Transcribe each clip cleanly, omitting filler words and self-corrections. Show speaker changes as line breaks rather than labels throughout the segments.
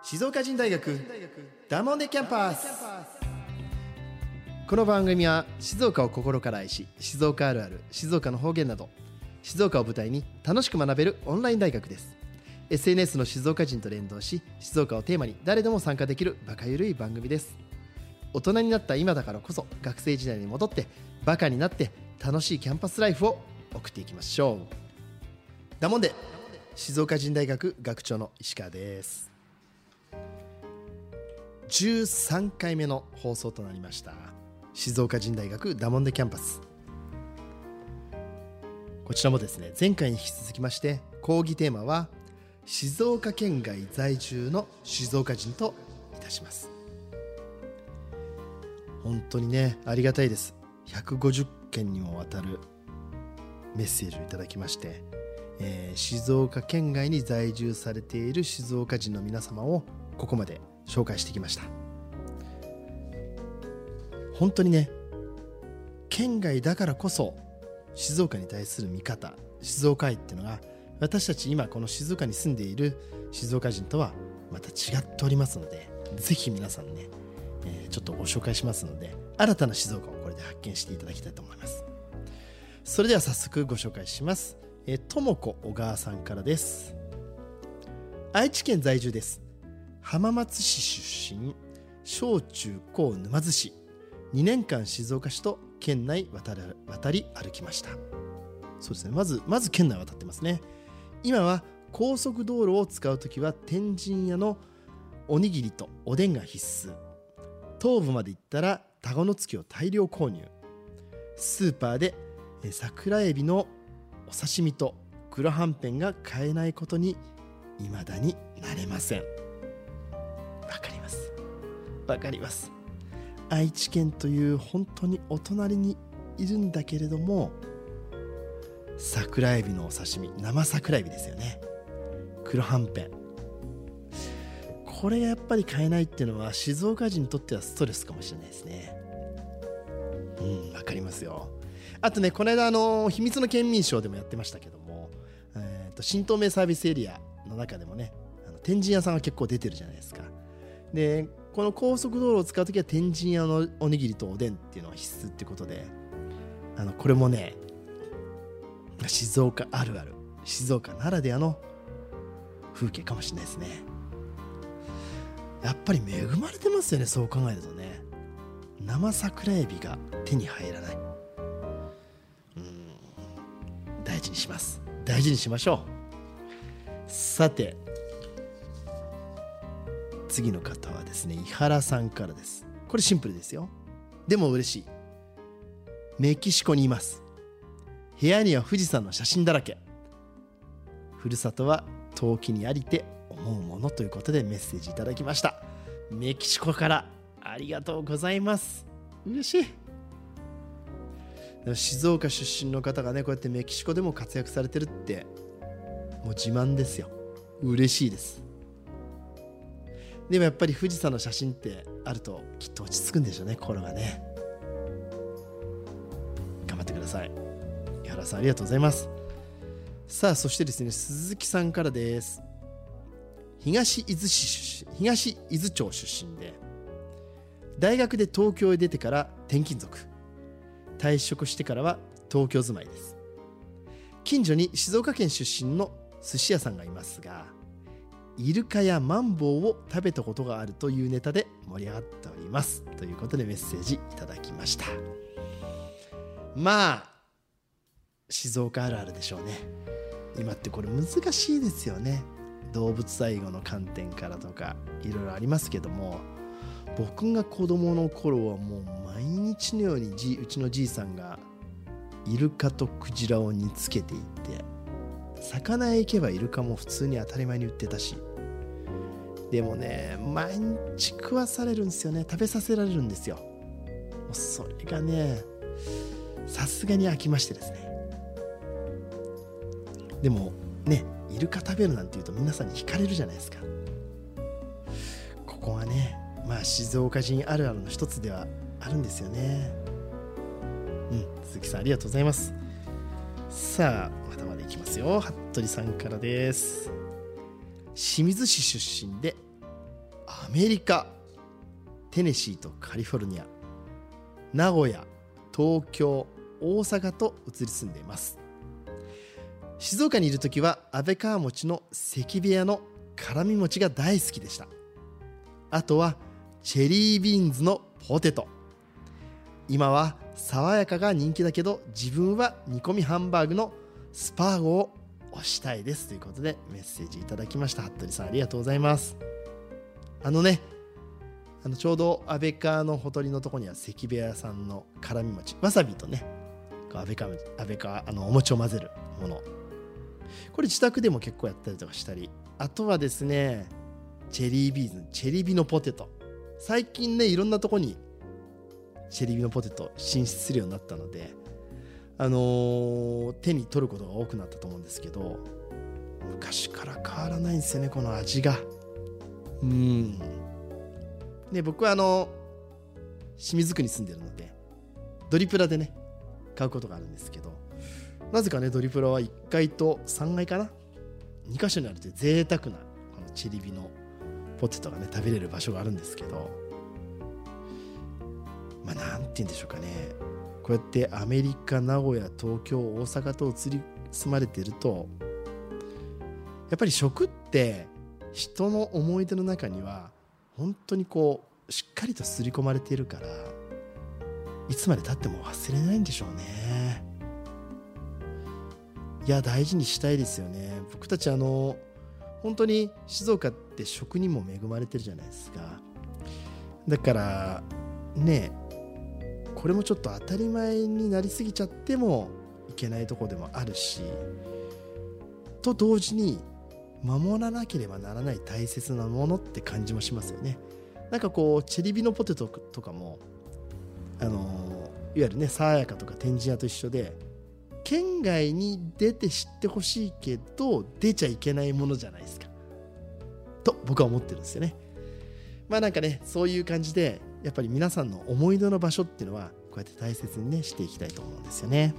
静岡人大学ダモンデキャンパス。この番組は静岡を心から愛し、静岡あるある、静岡の方言など静岡を舞台に楽しく学べるオンライン大学です。 SNS の静岡人と連動し、静岡をテーマに誰でも参加できるバカゆるい番組です。大人になった今だからこそ、学生時代に戻ってバカになって楽しいキャンパスライフを送っていきましょう。ダモンデ静岡人大学学長の石川です。13回目の放送となりました静岡人大学ダモンデキャンパス。こちらもですね、前回に引き続きまして講義テーマは静岡県外在住の静岡人といたします。本当にね、ありがたいです。150件にもわたるメッセージをいただきまして、静岡県外に在住されている静岡人の皆様をここまで紹介してきました。本当にね、県外だからこそ静岡に対する見方、静岡愛っていうのが、私たち今この静岡に住んでいる静岡人とはまた違っておりますので、ぜひ皆さんね、ちょっとご紹介しますので、新たな静岡をこれで発見していただきたいと思います。それでは早速ご紹介します。ともこ小川さんからです。愛知県在住です。浜松市出身、小中高沼津市、2年間静岡市と県内渡り歩きました。そうですね、まず県内渡ってますね。今は高速道路を使うときは天神屋のおにぎりとおでんが必須。東部まで行ったら田子の月を大量購入。スーパーで桜エビのお刺身と黒はんぺんが買えないことに未だになれません。わかります。愛知県という本当にお隣にいるんだけれども、桜エビのお刺身、生桜エビですよね、黒はんぺん、これがやっぱり買えないっていうのは静岡人にとってはストレスかもしれないですね。わかりますよ。あとね、この間秘密の県民賞でもやってましたけども、新東名サービスエリアの中でもね、天神屋さんが結構出てるじゃないですか。で、この高速道路を使うときは天神屋のおにぎりとおでんっていうのは必須ってことで、これもね、静岡あるある、静岡ならではの風景かもしれないですね。やっぱり恵まれてますよね、そう考えるとね。生桜エビが手に入らない。大事にします。大事にしましょう。さて、次の方はですね、井原さんからです。これシンプルですよ。でも嬉しい。メキシコにいます。部屋には富士山の写真だらけ。ふるさとは遠きにありて思うものということでメッセージいただきました。メキシコからありがとうございます。嬉しい。静岡出身の方がね、こうやってメキシコでも活躍されてるってもう自慢ですよ。嬉しいです。でもやっぱり富士山の写真ってあるときっと落ち着くんでしょうね、心がね。頑張ってください。井原さんありがとうございます。さあ、そしてですね、鈴木さんからです。東伊豆町出身で、大学で東京へ出てから転勤族、退職してからは東京住まいです。近所に静岡県出身の寿司屋さんがいますが、イルカやマンボウを食べたことがあるというネタで盛り上がっておりますということでメッセージいただきました。まあ静岡あるあるでしょうね。今ってこれ難しいですよね。動物愛護の観点からとかいろいろありますけども、僕が子供の頃はもう毎日のようにうちのじいさんがイルカとクジラを煮つけていって、魚へ行けばイルカも普通に当たり前に売ってたし、でもね、毎日食わされるんですよね。食べさせられるんですよ。もうそれがね、さすがに飽きましてですね。でもね、イルカ食べるなんて言うと皆さんに惹かれるじゃないですか。ここはね、まあ静岡人あるあるの一つではあるんですよね。鈴木さんありがとうございます。さあ、まだまだいきますよ。服部さんからです。清水市出身でアメリカ、テネシーとカリフォルニア、名古屋、東京、大阪と移り住んでいます。静岡にいるときは安倍川餅の関部屋の辛み餅が大好きでした。あとはチェリービーンズのポテト。今は爽やかが人気だけど、自分は煮込みハンバーグのスパーゴを推したいですということでメッセージいただきました。服部さん、ありがとうございます。ちょうど安倍川のほとりのところには関部屋さんの辛み餅、わさびとね、安倍川お餅を混ぜるもの、これ自宅でも結構やったりとかしたり、あとはですね、チェリービーズン、チェリビのポテト、最近ねいろんなとこにチェリビのポテト進出するようになったので、手に取ることが多くなったと思うんですけど、昔から変わらないんですよね、この味が。で、僕は清水区に住んでるのでドリプラでね買うことがあるんですけど、なぜかねドリプラは1階と3階かな、2箇所にあるという贅沢なこのチェリビのポテトがね食べれる場所があるんですけど、なんて言うんでしょうかね、こうやってアメリカ、名古屋、東京、大阪と移り住まれていると、やっぱり食って人の思い出の中には本当にしっかりと刷り込まれているから、いつまで経っても忘れないんでしょうね。いや、大事にしたいですよね。僕たち本当に静岡って食にも恵まれてるじゃないですか。だからね、これもちょっと当たり前になりすぎちゃってもいけないところでもあるし、と同時に守らなければならない大切なものって感じもしますよね。なんかチェリビのポテトとかもいわゆるね、爽やかとか天神屋と一緒で、県外に出て知ってほしいけど出ちゃいけないものじゃないですかと僕は思ってるんですよね。なんかね、そういう感じでやっぱり皆さんの思い出の場所っていうのはこうやって大切にねしていきたいと思うんですよね。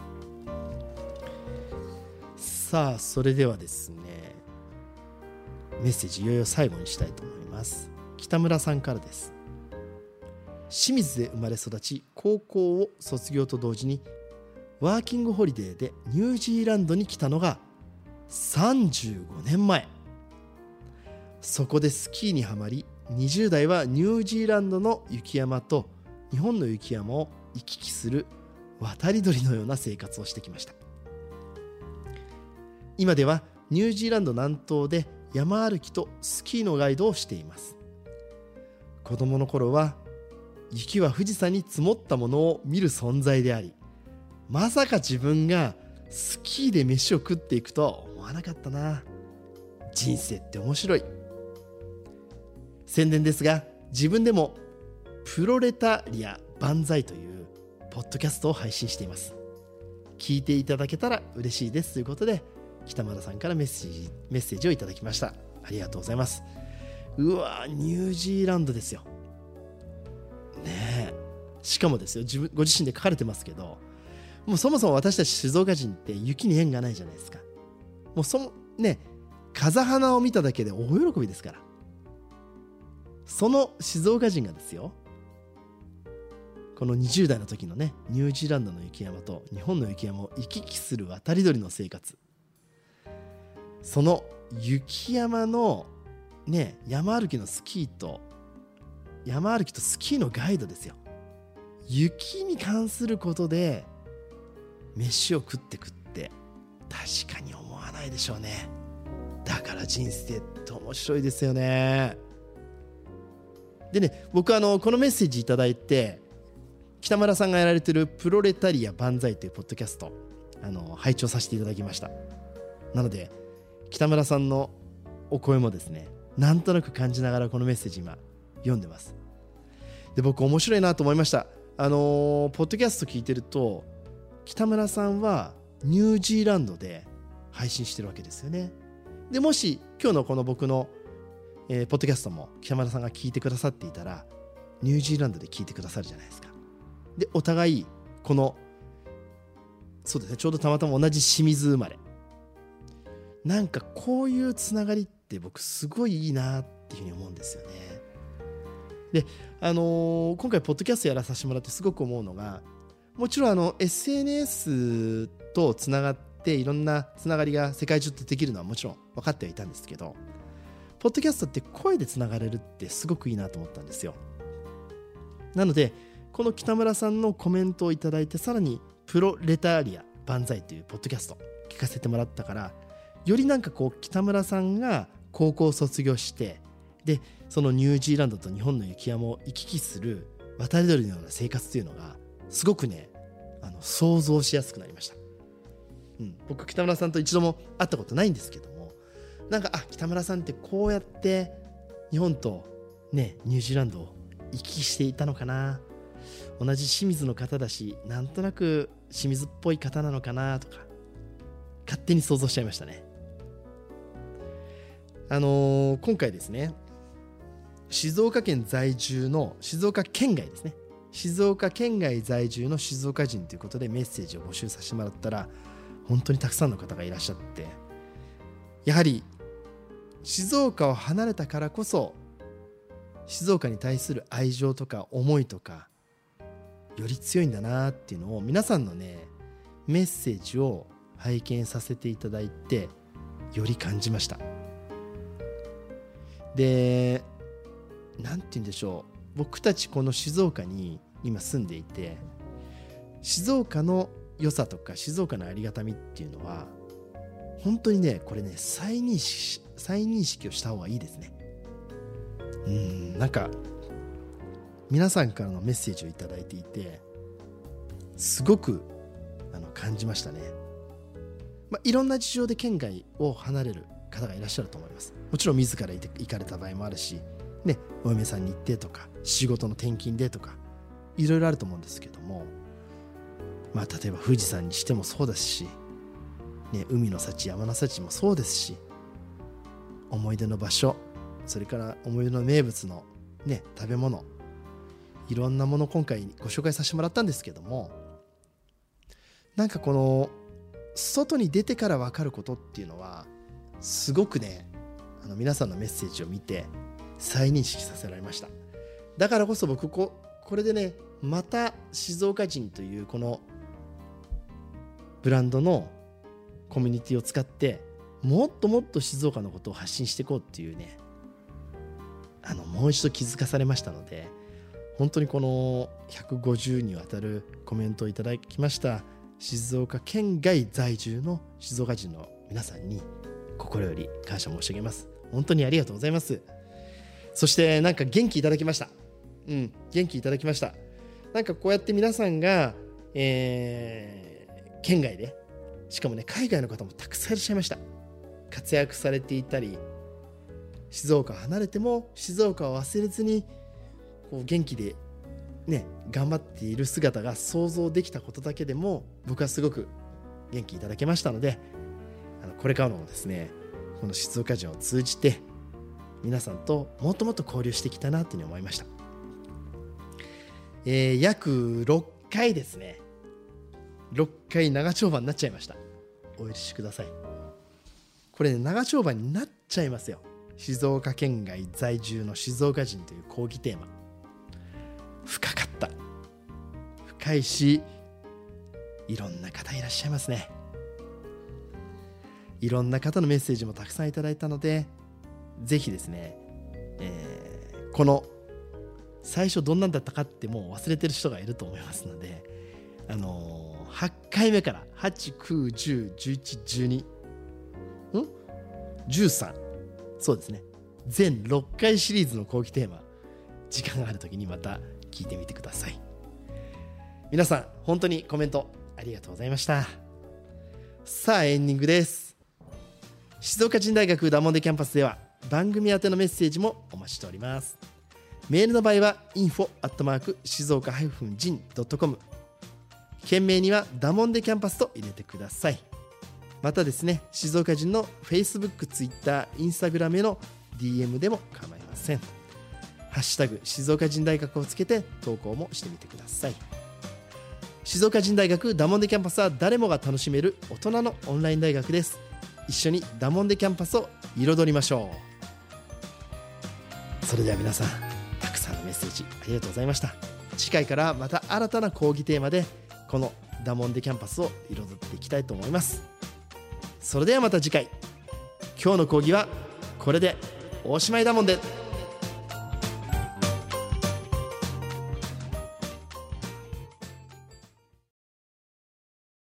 さあ、それではですね、メッセージいよいよ最後にしたいと思います。北村さんからです。清水で生まれ育ち、高校を卒業と同時にワーキングホリデーでニュージーランドに来たのが35年前。そこでスキーにはまり、20代はニュージーランドの雪山と日本の雪山を行き来する渡り鳥のような生活をしてきました。今ではニュージーランド南東で山歩きとスキーのガイドをしています。子供の頃は雪は富士山に積もったものを見る存在であり、まさか自分がスキーで飯を食っていくとは思わなかったな。人生って面白い。宣伝ですが、自分でもプロレタリア万歳というポッドキャストを配信しています。聞いていただけたら嬉しいですということで、北村さんからメッセージをいただきました。ありがとうございます。うわ、ニュージーランドですよね。しかもですよ、ご自身で書かれてますけど、もうそもそも私たち静岡人って雪に縁がないじゃないですか。もう風花を見ただけで大喜びですから。その静岡人がですよ、この20代の時のね、ニュージーランドの雪山と日本の雪山を行き来する渡り鳥の生活、その雪山のね、山歩きとスキーのガイドですよ。雪に関することで飯を食ってくって確かに思わないでしょうね。だから人生って面白いですよね。でね、僕このメッセージいただいて、北村さんがやられてるプロレタリア万歳というポッドキャスト拝聴させていただきました。なので北村さんのお声もですね、なんとなく感じながらこのメッセージ今読んでます。で、僕面白いなと思いました。ポッドキャスト聞いてると、北村さんはニュージーランドで配信してるわけですよね。で、もし今日のこの僕の、ポッドキャストも北村さんが聞いてくださっていたら、ニュージーランドで聞いてくださるじゃないですか。で、お互いそうですね、ちょうどたまたま同じ清水生まれ、なんかこういうつながりって僕すごいいいなっっていうふうに思うんですよね。で、今回ポッドキャストやらさせてもらってすごく思うのが、もちろんSNS とつながっていろんなつながりが世界中とできるのはもちろん分かってはいたんですけど、ポッドキャストって声でつながれるってすごくいいなと思ったんですよ。なのでこの北村さんのコメントをいただいて、さらにプロレタリア万歳というポッドキャスト聞かせてもらったから、よりなんかこう北村さんが高校を卒業して、でそのニュージーランドと日本の雪山を行き来する渡り鳥のような生活というのがすごくね、想像しやすくなりました。僕北村さんと一度も会ったことないんですけども、なんか北村さんってこうやって日本とねニュージーランドを行き来していたのかな、同じ清水の方だし、なんとなく清水っぽい方なのかなとか勝手に想像しちゃいましたね。今回ですね、静岡県在住の静岡県外ですね、静岡県外在住の静岡人ということでメッセージを募集させてもらったら、本当にたくさんの方がいらっしゃって、やはり静岡を離れたからこそ静岡に対する愛情とか思いとかより強いんだなっていうのを、皆さんのねメッセージを拝見させていただいてより感じました。で、なんて言うんでしょう、僕たちこの静岡に今住んでいて、静岡の良さとか静岡のありがたみっていうのは本当にね、これね再認識をした方がいいですね。なんか皆さんからのメッセージをいただいていてすごく感じましたね。いろんな事情で県外を離れる方がいらっしゃると思います。もちろん自ら行かれた場合もあるし、ね、お嫁さんに行ってとか仕事の転勤でとかいろいろあると思うんですけども、例えば富士山にしてもそうですし、ね、海の幸山の幸もそうですし、思い出の場所、それから思い出の名物の、ね、食べ物、いろんなもの今回ご紹介させてもらったんですけども、なんかこの外に出てから分かることっていうのはすごくね、皆さんのメッセージを見て再認識させられました。だからこそ僕これでね、また静岡人というこのブランドのコミュニティを使ってもっともっと静岡のことを発信していこうっていうね、もう一度気づかされましたので、本当にこの150にわたるコメントをいただきました静岡県外在住の静岡人の皆さんに心より感謝申し上げます。本当にありがとうございます。そしてなんか元気いただきました。元気いただきました。なんかこうやって皆さんが、県外で、しかもね海外の方もたくさんいらっしゃいました。活躍されていたり、静岡を離れても静岡を忘れずにこう元気でね頑張っている姿が想像できたことだけでも僕はすごく元気いただけましたので、これからもですねこの静岡人を通じて皆さんともっともっと交流していきたいなというふうに思いました。約6回ですね、6回長丁場になっちゃいました。お許しください。これね長丁場になっちゃいますよ。静岡県外在住の静岡人という講義テーマ、深かった、深いし、いろんな方いらっしゃいますね。いろんな方のメッセージもたくさんいただいたので、ぜひですね、この最初どんなんだったかってもう忘れてる人がいると思いますので、8回目から8、9、10、11、12、13、そうですね、全6回シリーズの講義テーマ、時間があるときにまた聞いてみてください。皆さん本当にコメントありがとうございました。さあエンディングです。静岡人大学ダモンデキャンパスでは番組宛てのメッセージもお待ちしております。メールの場合は info@ 静岡-人.com、 件名にはダモンデキャンパスと入れてください。またですね、静岡人の Facebook、Twitter、Instagram への DM でも構いません。ハッシュタグ静岡人大学をつけて投稿もしてみてください。静岡人大学ダモンデキャンパスは誰もが楽しめる大人のオンライン大学です。一緒にダモンデキャンパスを彩りましょう。 それでは皆さん、たくさんのメッセージありがとうございました。次回からまた新たな講義テーマでこのダモンデキャンパスを彩っていきたいと思います。それではまた次回。今日の講義はこれでおしまいだもんで。